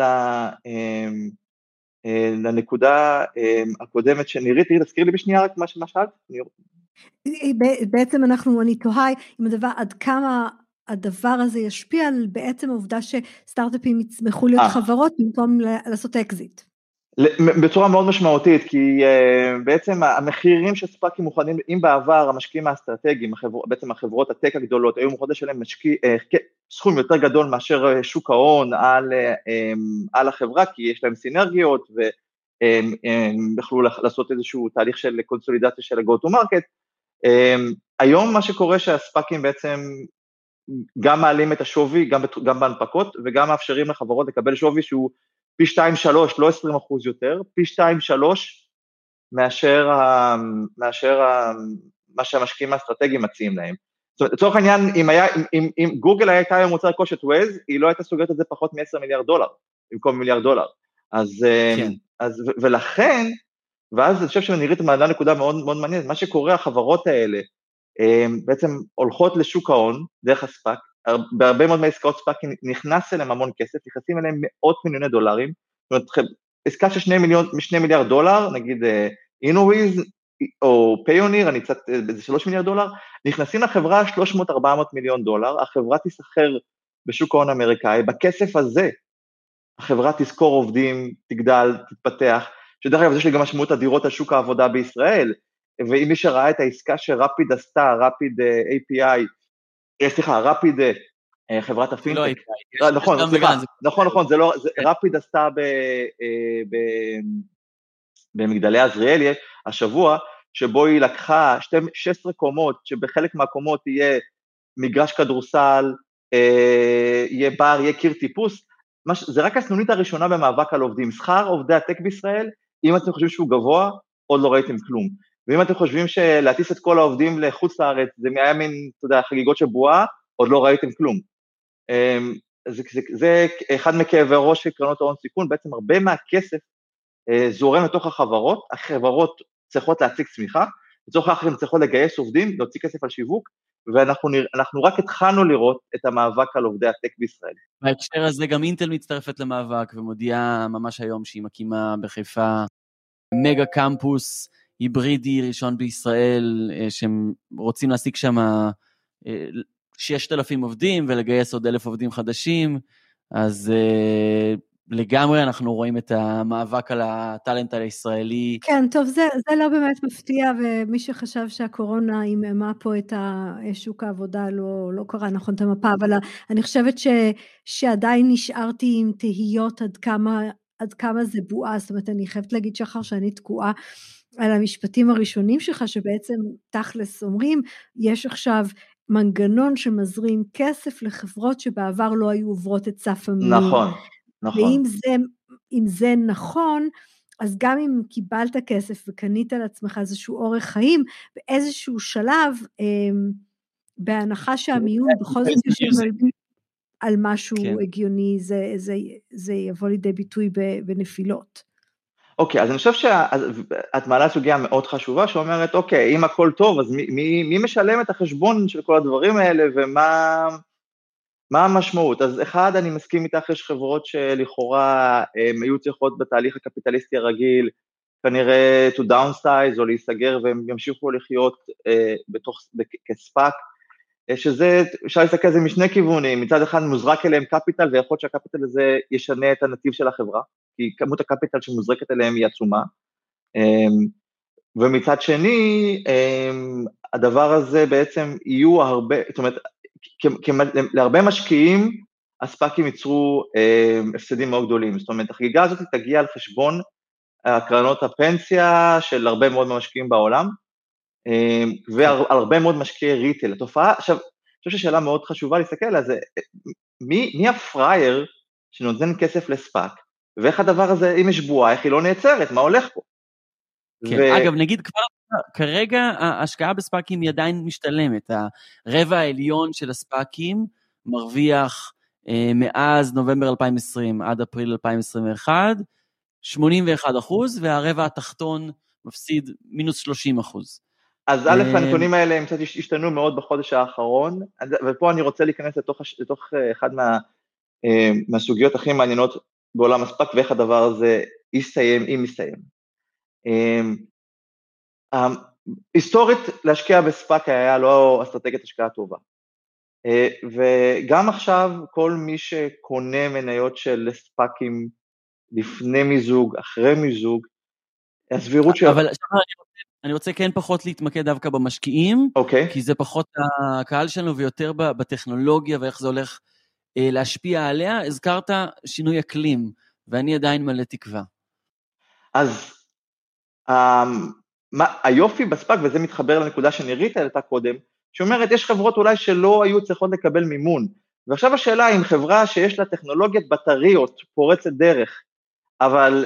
לנקודה הקודמת שנירית, תזכיר לי בשנייה רק מה שאלת? בעצם אני תוהה עם הדבר, עד כמה הדבר הזה ישפיע על בעצם העובדה שסטארט-אפים יצמחו להיות חברות במקום לעשות אקזיט. בצורה מאוד משמעותית, כי בעצם המחירים של ספאקים מוכנים, אם בעבר המשקיעים האסטרטגיים, בעצם החברות הטק הגדולות, היו מוכנות שלהם סכום יותר גדול מאשר שוק ההון על החברה, כי יש להם סינרגיות, והם יכלו לעשות איזשהו תהליך של קונסולידציה של ה-go to market. היום מה שקורה שהספאקים בעצם גם מעלים את השווי, גם בהנפקות, וגם מאפשרים לחברות לקבל שווי שהוא פי 2-3, לא 20% יותר, פי 2-3 מאשר מה שהמשקיעים האסטרטגיים מציעים להם. זאת אומרת, לצורך העניין, אם גוגל הייתה היום רוצה לרכוש את ווייז, היא לא הייתה סוגרת את זה פחות $10 מיליארד, במקום $1 מיליארד. אז, ולכן, ואז אני חושב שנראית מעלה נקודה מאוד מאוד מעניינת, מה שקורה, החברות האלה בעצם הולכות לשוק ההון, דרך הספק, בהרבה מאוד מהעסקאות ספק נכנס אליהם המון כסף, נכנסים אליהם מאות מיליוני דולרים, זאת אומרת, עסקה של 2 מיליארד דולר, נגיד אינוויז או פיוניר, אני קצת, זה 3 מיליארד דולר, נכנסים לחברה 300-400 מיליון דולר, החברה תסחר בשוק ההון האמריקאי, בכסף הזה החברה תזכור עובדים, תגדל, תתפתח, שדרך אגב, יש לי גם משמעות אדירות על שוק העבודה בישראל, ואם מי שראה את העסקה שרפיד עשתה, רפיד API, סליחה, רפיד, חברת הפינטק, נכון, זה לא, רפיד עשתה במגדלי עזריאלי, השבוע, שבו היא לקחה 16 קומות, שבחלק מהקומות יהיה מגרש כדורסל, יהיה בר, יהיה קיר טיפוס, זה רק הסנונית הראשונה במאבק על עובדים, שכר עובדי הטק בישראל, אם אתם חושבים שהוא גבוה, עוד לא ראיתם כלום, ואם אתם חושבים שלהטיס את כל העובדים לחוץ לארץ, זה היה מין, אתה יודע, חגיגות של בועה, עוד לא ראיתם כלום. זה אחד מכאבי ראש של קרנות ההון סיכון, בעצם הרבה מהכסף זורם לתוך החברות, החברות צריכות להציג צמיחה, לצורך כך הן צריכות לגייס עובדים, להוציא כסף על שיווק, ואנחנו רק התחלנו לראות את המאבק על עובדי הטק בישראל. בהקשר הזה גם אינטל מצטרפת למאבק, ומודיעה ממש היום שהיא מקימה בחיפה מגה קמפוס היברידי ראשון בישראל, שהם רוצים להשיג שם 6,000 עובדים, ולגייס עוד 1,000 עובדים חדשים, אז לגמרי אנחנו רואים את המאבק על הטלנט הישראלי. כן, טוב, זה לא באמת מפתיע, ומי שחשב שהקורונה איממה פה את שוק העבודה לא קרא נכון את המפה, אבל אני חושבת שעדיין נשארתי עם תהיות עד כמה זה בועה, זאת אומרת, אני חייבת להגיד שחר שאני תקועה על המשפטים הראשונים שלך, שבעצם תכלס אומרים, יש עכשיו מנגנון שמזרים כסף לחברות שבעבר לא היו עוברות את סף המיון. נכון. ואם זה נכון, אז גם אם קיבלת כסף וקנית לעצמך איזשהו אורח חיים, באיזשהו שלב, בהנחה שהמיון בכל זאת יושב על משהו הגיוני, זה יבוא לידי ביטוי בנפילות. אוקיי, אז אני חושב שאת מעלה סוגיה מאוד חשובה, שאומרת, אוקיי, אם הכל טוב, אז מי משלם את החשבון של כל הדברים האלה, ומה המשמעות? אז אחד, אני מסכים איתך, יש חברות שלכאורה היו צריכות בתהליך הקפיטליסטי הרגיל, כנראה to downsize או להיסגר, והם ימשיכו לחיות כספק, שזה, אפשר להסתכל על זה משני כיוונים, מצד אחד מוזרק אליהם קפיטל, ויכול להיות שהקפיטל הזה ישנה את הנתיב של החברה, כי כמות הקפיטל שמוזרקת אליהם היא עצומה, ומצד שני, הדבר הזה בעצם יהיו הרבה, זאת אומרת, להרבה משקיעים, הספקים ייצרו הפסדים מאוד גדולים, זאת אומרת, החגיגה הזאת תגיע על חשבון הקרנות הפנסיה של הרבה מאוד משקיעים בעולם, ועל הרבה מאוד משקיעי ריטל. התופעה, עכשיו, אני חושב ששאלה מאוד חשובה להסתכל על זה, מי הפרייר שנותן כסף לספק, ואיך הדבר הזה, אם יש בועה, איך היא לא נעצרת, מה הולך פה? כן, אגב, נגיד כבר, כרגע ההשקעה בספקים היא עדיין משתלמת, הרבע העליון של הספקים מרוויח מאז נובמבר 2020 עד אפריל 2021, 81%, והרבע התחתון מפסיד מינוס 30%. אז א', הנתונים האלה הם קצת השתנו מאוד בחודש האחרון, ופה אני רוצה להיכנס לתוך אחד מהסוגיות הכי מעניינות בעולם הספק, ואיך הדבר הזה יסתיים, אם יסתיים. היסטורית, להשקיע בספק היה לא אסטרטגיית השקעה טובה. וגם עכשיו, כל מי שקונה מניות של ספקים לפני מיזוג, אחרי מיזוג, הסבירות של... אבל אני רוצה כן פחות להתמקד דווקא במשקיעים, כי זה פחות הקהל שלנו ויותר בטכנולוגיה ואיך זה הולך להשפיע עליה. הזכרת שינוי אקלים, ואני עדיין מלא תקווה. אז היופי בספק, וזה מתחבר לנקודה שנראית העלתה קודם, שאומרת, יש חברות אולי שלא היו צריכות לקבל מימון, ועכשיו השאלה אם חברה שיש לה טכנולוגיית בטריות פורצת דרך, אבל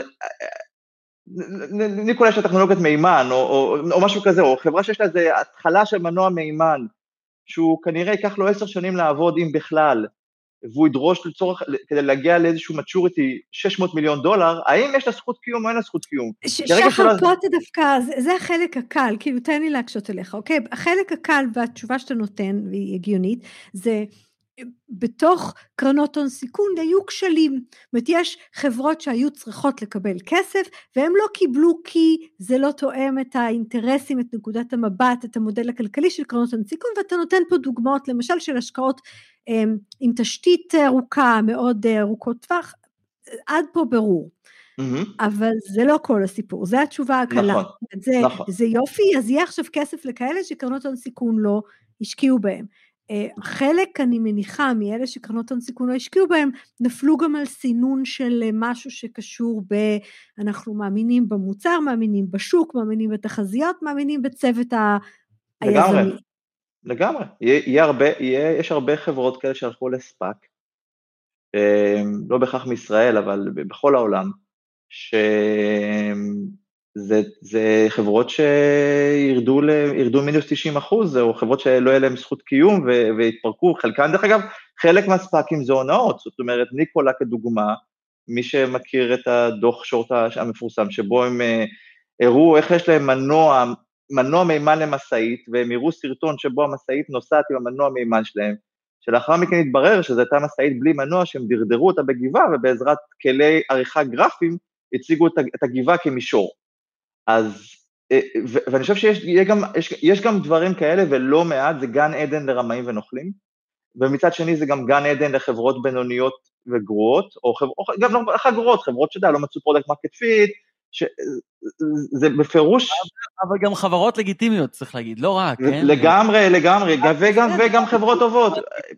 ניקולה יש לה טכנולוגיית מימן, או משהו כזה, או חברה שיש לה איזו התחלה של מנוע מימן, שהוא כנראה ייקח לו 10 שנים לעבוד אם בכלל, והוא ידרוש לצורך, כדי להגיע לאיזשהו maturity $600 מיליון, האם יש לה זכות קיום או אין לה זכות קיום? שחר, פה אתה דווקא, זה החלק הקל, כאילו תן לי להקשות אליך, אוקיי? החלק הקל והתשובה שאתה נותן, והיא הגיונית, זה בתוך קרנות הון סיכון היו כשלים, זאת אומרת יש חברות שהיו צריכות לקבל כסף, והם לא קיבלו כי זה לא תואם את האינטרסים, את נקודת המבט, את המודל הכלכלי של קרנות הון סיכון, ואתה נותן פה דוגמאות, למשל של השקעות עם תשתית ארוכה, מאוד ארוכות טווח, עד פה ברור. אבל זה לא כל הסיפור, זה התשובה הקלה. זה יופי, אז יהיה עכשיו כסף לכאלה שקרנות הון סיכון לא השקיעו בהם. חלק אני מניחה מאלה שקרנות הון סיכון לא השקיעו בהם, נפלו גם על סינון של משהו שקשור אנחנו מאמינים במוצר, מאמינים בשוק, מאמינים בתחזיות, מאמינים בצוות היזמי. לגמרי. יש הרבה חברות כאלה שהלכו לספאק, לא בהכרח מישראל, אבל בכל העולם, זה חברות שירדו מינוס 90%, או חברות שלא יהיה להם זכות קיום והתפרקו, חלקן דרך אגב, חלק מהספאקים זה הונאות, זאת אומרת ניקולה כדוגמה, מי שמכיר את הדוח שורט המפורסם, שבו הם הראו איך יש להם מנוע מימן למסעית, והם הראו סרטון שבו המסעית נוסעת עם המנוע מימן שלהם, שלאחר מכן התברר שזו הייתה מסעית בלי מנוע, שהם דרדרו אותה בגבעה, ובעזרת כלי עריכה גרפיים, הציגו את הגבעה כמישור. אז, ואני חושב שיש גם דברים כאלה, ולא מעט, זה גן עדן לרמאים ונוכלים, ומצד שני זה גם גן עדן לחברות בינוניות וגרועות, או גם לא גרועות, חברות שדה, לא מצאו פרודקט מרקט פיט, זה בפירוש... אבל גם חברות לגיטימיות, צריך להגיד, לא רק, כן? לגמרי, וגם חברות טובות,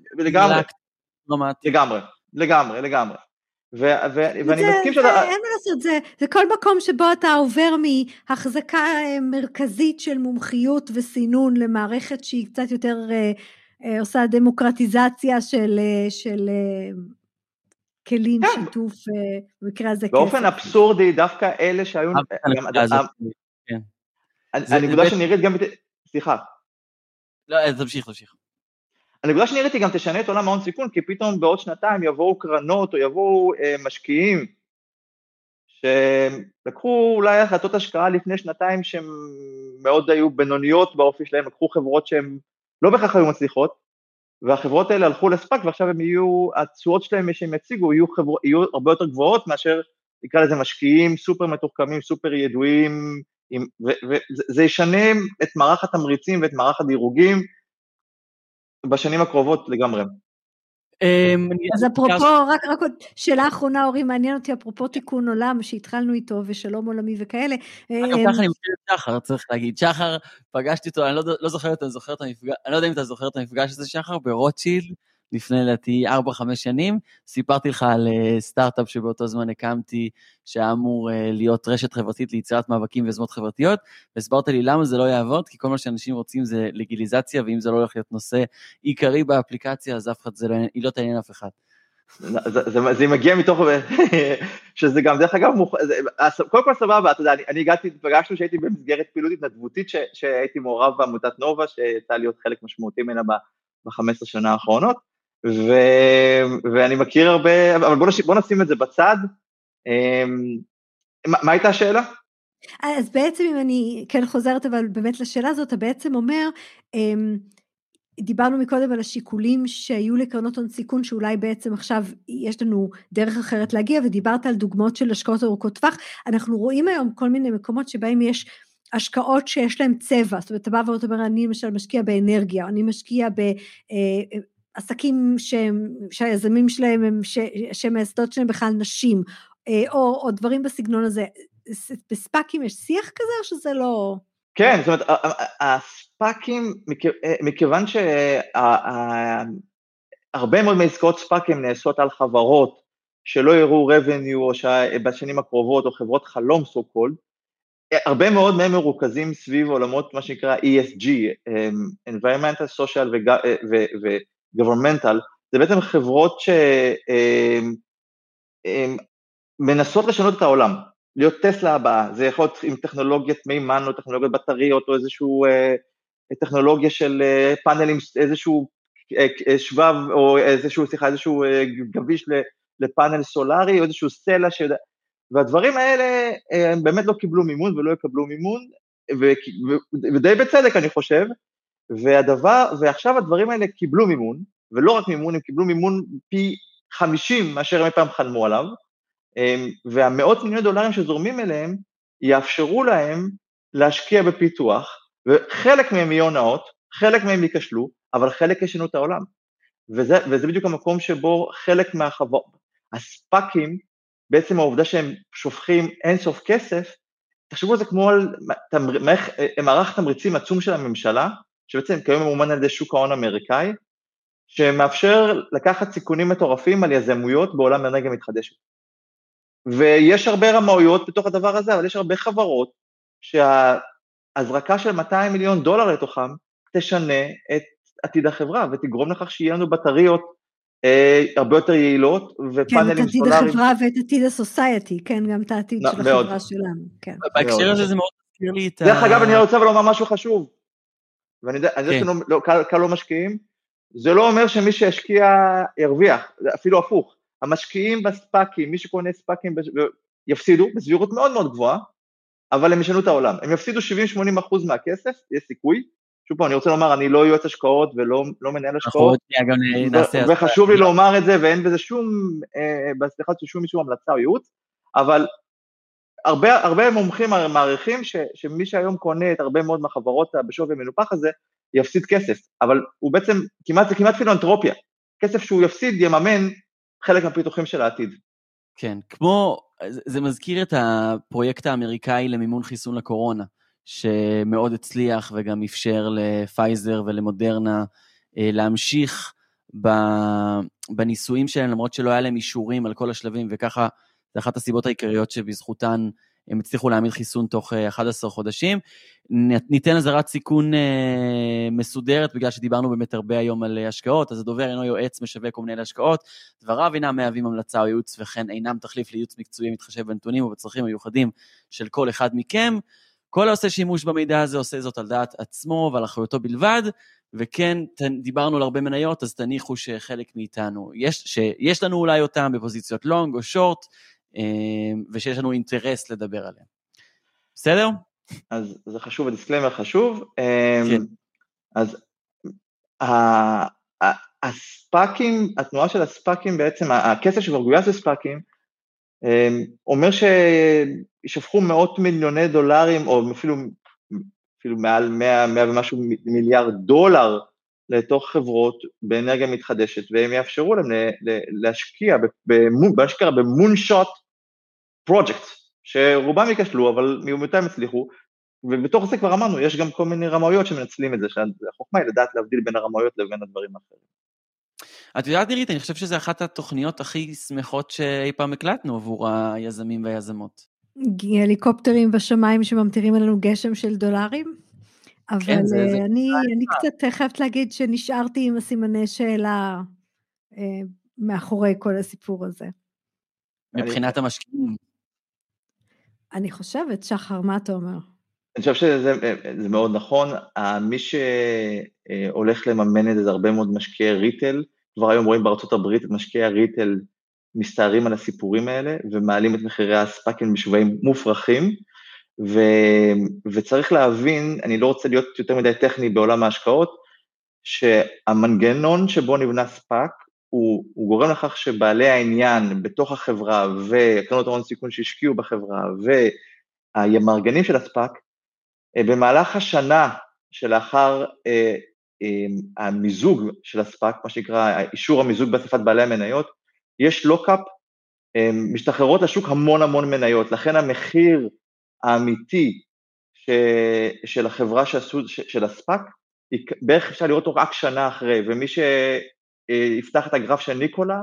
לגמרי. ואני מסכים אין מה לעשות, זה כל מקום שבו אתה עובר מהחזקה מרכזית של מומחיות וסינון למערכת שהיא קצת יותר עושה דמוקרטיזציה של כלים, שיתוף, במקרה הזה כסף. באופן אבסורדי, דווקא אלה שהיו... הנקודה שנראית גם... סליחה. לא, תמשיך. הנקודה שנראיתי גם תשנה את עולם ההון סיכון, כי פתאום בעוד שנתיים יבואו קרנות, או יבואו משקיעים, שלקחו אולי החלטות השקעה לפני שנתיים, שהם מאוד היו בינוניות באופי שלהם, לקחו חברות שהן לא בכך היו מצליחות, והחברות האלה הלכו לספק, ועכשיו הם יהיו, התשואות שלהם שהם יציגו, יהיו הרבה יותר גבוהות, מאשר נקרא לזה משקיעים סופר מתוחכמים, סופר ידועים, וזה ישנה את מערך התמריצים ואת מערך הדירוגים, בשנים הקרובות לגמרי. אז אפרופו, רק עוד שאלה אחרונה, אורי, מעניין אותי, אפרופו תיקון עולם, שהתחלנו איתו, ושלום עולמי וכאלה. ככה אני מכיר את שחר, צריך להגיד. שחר, פגשתי אותו, אני לא יודע אם אתה זוכר את המפגש הזה, שחר, ברוטשילד, לפני לדעתי 4-5 שנים, סיפרתי לך על סטארט-אפ שבאותו זמן הקמתי, שאמור להיות רשת חברתית ליצירת מאבקים ויוזמות חברתיות, והסברת לי למה זה לא יעבוד, כי כל מה שאנשים רוצים זה לגיליזציה, ואם זה לא הולך להיות נושא עיקרי באפליקציה, אז אף אחד היא לא תעניין אף אחד. זה מגיע מתוך, שזה גם דרך אגב, קודם כל סבבה, אתה יודע, אני הגעתי, פגשנו שהייתי במסגרת פעילות התנדבותית, שהייתי מעורב בעמותת נובה, שהייתה להיות חלק משמעותי ממנה ב-15 שנה האחרונות, ואני מכיר הרבה, אבל בוא נשים את זה בצד. מה הייתה השאלה? אז בעצם אם אני כן חוזרת אבל באמת לשאלה הזאת, אתה בעצם אומר, דיברנו מקודם על השיקולים שהיו לקרנות הון סיכון, שאולי בעצם עכשיו יש לנו דרך אחרת להגיע, ודיברת על דוגמאות של השקעות ארוכות טווח, אנחנו רואים היום כל מיני מקומות שבהם יש השקעות שיש להם צבע, זאת אומרת, אתה בא ואתה אומר, אני למשל משקיע באנרגיה, אני משקיע בעסקים שהיזמים שלהם, שהמייסדות שלהם בכלל נשים, או דברים בסגנון הזה, בספאקים יש שיח כזה או שזה לא... כן, זאת אומרת, הספאקים, מכיוון שהרבה מאוד מעסקאות ספאקים נעשות על חברות שלא יראו revenue או בשנים הקרובות, או חברות חלום so called, הרבה מאוד מהם מרוכזים סביב עולמות מה שנקרא ESG, Environmental, Social ו-Governmental, זה בעצם חברות שמנסות לשנות את העולם, להיות טסלה הבאה, זה יכול להיות עם טכנולוגיית מימן או טכנולוגיית בטריות או איזשהו טכנולוגיה של פאנלים, איזשהו שבב, או איזשהו גביש לפאנל סולרי, או איזשהו סלע, והדברים האלה הם באמת לא קיבלו מימון ולא יקבלו מימון, ודי בצדק אני חושב, ועכשיו הדברים האלה קיבלו מימון, ולא רק מימון, הם קיבלו מימון פי 50 מאשר הם פעם חלמו עליו, והמאות מיליוני דולרים שזורמים אליהם, יאפשרו להם להשקיע בפיתוח, וחלק מהם יהיו נאות, חלק מהם ייכשלו, אבל חלק ישנו את העולם. וזה בדיוק המקום שבו חלק מהחברות, הספקים, בעצם העובדה שהם שופכים אינסוף כסף, תחשבו על זה כמו על מערך תמריצים עצום של הממשלה, שבעצם כיום ממומן על ידי שוק ההון אמריקאי, שמאפשר לקחת סיכונים מטורפים על יזמויות בעולם האנרגיה מתחדשת. ויש הרבה רמאויות בתוך הדבר הזה, אבל יש הרבה חברות שההזרקה של $200 מיליון לתוכם תשנה את עתיד החברה, ותגרום לכך שיהיה לנו בטריות הרבה יותר יעילות, ופאנלים סולאריים. כן, את עתיד החברה ואת עתיד הסוסייטי, כן, גם את העתיד של החברה שלנו. כן. בהקשר הזה זה מאוד מזכיר לי את דרך אגב, אני רוצה לומר משהו חשוב, ואני יודע שקל לא משקיעים, זה לא אומר שמי שהשקיע ירוויח, אפילו הפוך. המשקיעים בספקים, מי שקונה ספקים יפסידו, בסבירות מאוד מאוד גבוהה, אבל הם ישנו את העולם. הם יפסידו 70-80% מהכסף, יש סיכוי. שוב פה, אני רוצה לומר, אני לא יועץ השקעות ולא מנהל השקעות, וחשוב לי לומר את זה, ואין בזה שום, בסליחה ששום מישהו המלצה או ייעוץ, אבל הרבה מומחים מעריכים שמי שהיום קונה את הרבה מאוד מהחברות בשווי מנופח הזה, יפסיד כסף, אבל הוא בעצם, זה כמעט פילנתרופיה, כסף שהוא יפסיד יממן חלק מהפיתוחים של העתיד. כן, זה מזכיר את הפרויקט האמריקאי למימון חיסון לקורונה, שמאוד הצליח וגם אפשר לפייזר ולמודרנה להמשיך בניסויים שלהם, למרות שלא היה להם אישורים על כל השלבים, וככה זה אחת הסיבות העיקריות שבזכותן הם הצליחו להעמיד חיסון תוך 11 חודשים. ניתן לזרת סיכון מסודרת, בגלל שדיברנו באמת הרבה היום על השקעות, אז הדובר אינו יועץ משווק או מנהל השקעות, דבריו אינם מהווים המלצה או ייעוץ, וכן אינם תחליף לייעוץ מקצועי מתחשב בנתונים ובצרכים המיוחדים של כל אחד מכם. כל העושה שימוש במידע הזה עושה זאת על דעת עצמו ועל אחריותו בלבד, וכן, דיברנו על הרבה מניות, אז תניחו שחלק מאיתנו, שיש לנו אולי אותם בפוזיציות לונג או שורט, ושיש לנו אינטרס לדבר עליהם. בסדר? אז זה חשוב, הדיסקליימר חשוב. כן. אז הספקים, התנועה של הספקים בעצם, הכסף שמגויס לספקים, אומר שישפכו מאות מיליוני דולרים, או אפילו מעל 100 ומשהו מיליארד דולר, לתוך חברות באנרגיה מתחדשת, והם יאפשרו להם להשקיע במונשוט פרויקט, שרובם ייכשלו, אבל מיומתם הצליחו, ובתוך זה כבר אמרנו, יש גם כל מיני רמאויות שמנצלים את זה, שהחוכמה היא לדעת להבדיל בין הרמאויות לבין הדברים האחרים. את יודעת נירית, אני חושב שזה אחת התוכניות הכי שמחות שאי פעם הקלטנו עבור היזמים והיזמות. הליקופטרים בשמיים שממטירים עלינו גשם של דולרים? אבל כן, אני קצת חייבת להגיד שנשארתי עם הסימני שאלה מאחורי כל הסיפור הזה. מבחינת המשקיעים. אני חושבת, שחר, מה אתה אומר? אני חושב שזה מאוד נכון, מי שהולך לממן את זה, זה הרבה מאוד משקיעי ריטל, כבר היום רואים בארצות הברית את משקיעי הריטל מסתערים על הסיפורים האלה, ומעלים את מחירי הספקים בשווים מופרכים, וצריך להבין, אני לא רוצה להיות יותר מדי טכני בעולם ההשקעות, שהמנגנון שבו נבנה ספק, הוא גורם לכך שבעלי העניין בתוך החברה, וקרנות ההון סיכון שהשקיעו בחברה, והמארגנים של הספק, במהלך השנה שלאחר המיזוג של הספק, מה שנקרא אישור המיזוג באספת בעלי המניות, יש לוקאפ, משתחררות לשוק המון מניות, לכן המחיר האמיתי של החברה של הספק, בערך אפשר לראות אותו רק שנה אחרי, ומי שיפתח את הגרף של ניקולה,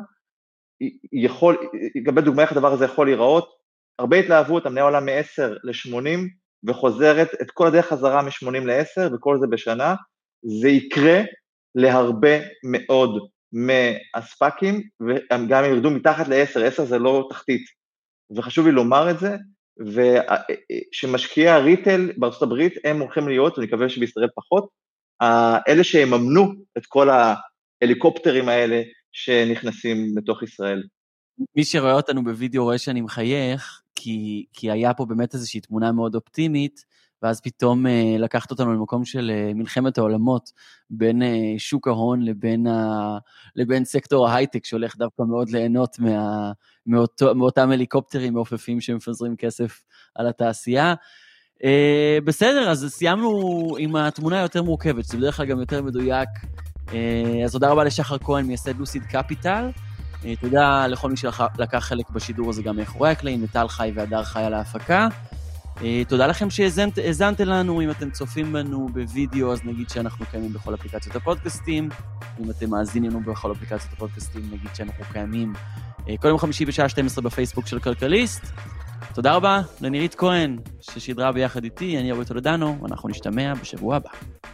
יקבל דוגמה איך הדבר הזה יכול להיראות, הרבה התלהבות, המניה עולה מ-10 ל-80, וחוזרת את כל הדרך חזרה מ-80 ל-10, וכל זה בשנה, זה יקרה להרבה מאוד מהספקים, וגם הם ירדו מתחת ל-10, 10 זה לא תחתית, וחשוב לי לומר את זה, ושמשקיעי הריטל בארצות הברית, הם הולכים להיות, ואני מקווה שבישראל פחות, אלה שיממנו את כל ההליקופטרים האלה שנכנסים לתוך ישראל. מי שרואה אותנו בווידאו רואה שאני מחייך, כי היה פה באמת איזושהי תמונה מאוד אופטימית, ואז פתאום לקחת אותנו למקום של מלחמת העולמות, בין שוק ההון לבין סקטור ההייטק, שהולך דווקא מאוד ליהנות מאותם הליקופטרים מעופפים שמפזרים כסף על התעשייה. בסדר, אז סיימנו עם התמונה היותר מורכבת, שזה בדרך כלל גם יותר מדויק. אז תודה רבה לשחר כהן, מייסד לוסיד קפיטל. תודה לכל מי שלקח חלק בשידור הזה גם מאחורי הקלעים, לטל חי והדר חי על ההפקה. תודה לכם שהזנתם לנו. אם אתם צופים בנו בווידאו, אז נגיד שאנחנו קיימים בכל אפליקציות הפודקאסטים. אם אתם מאזינים לנו בכל אפליקציות הפודקאסטים, נגיד שאנחנו קיימים כל יום חמישי בשעה 12 בפייסבוק של כלכליסט. תודה רבה לנירית כהן ששידרה ביחד איתי, אני אורי טולדנו, ואנחנו נשתמע בשבוע הבא.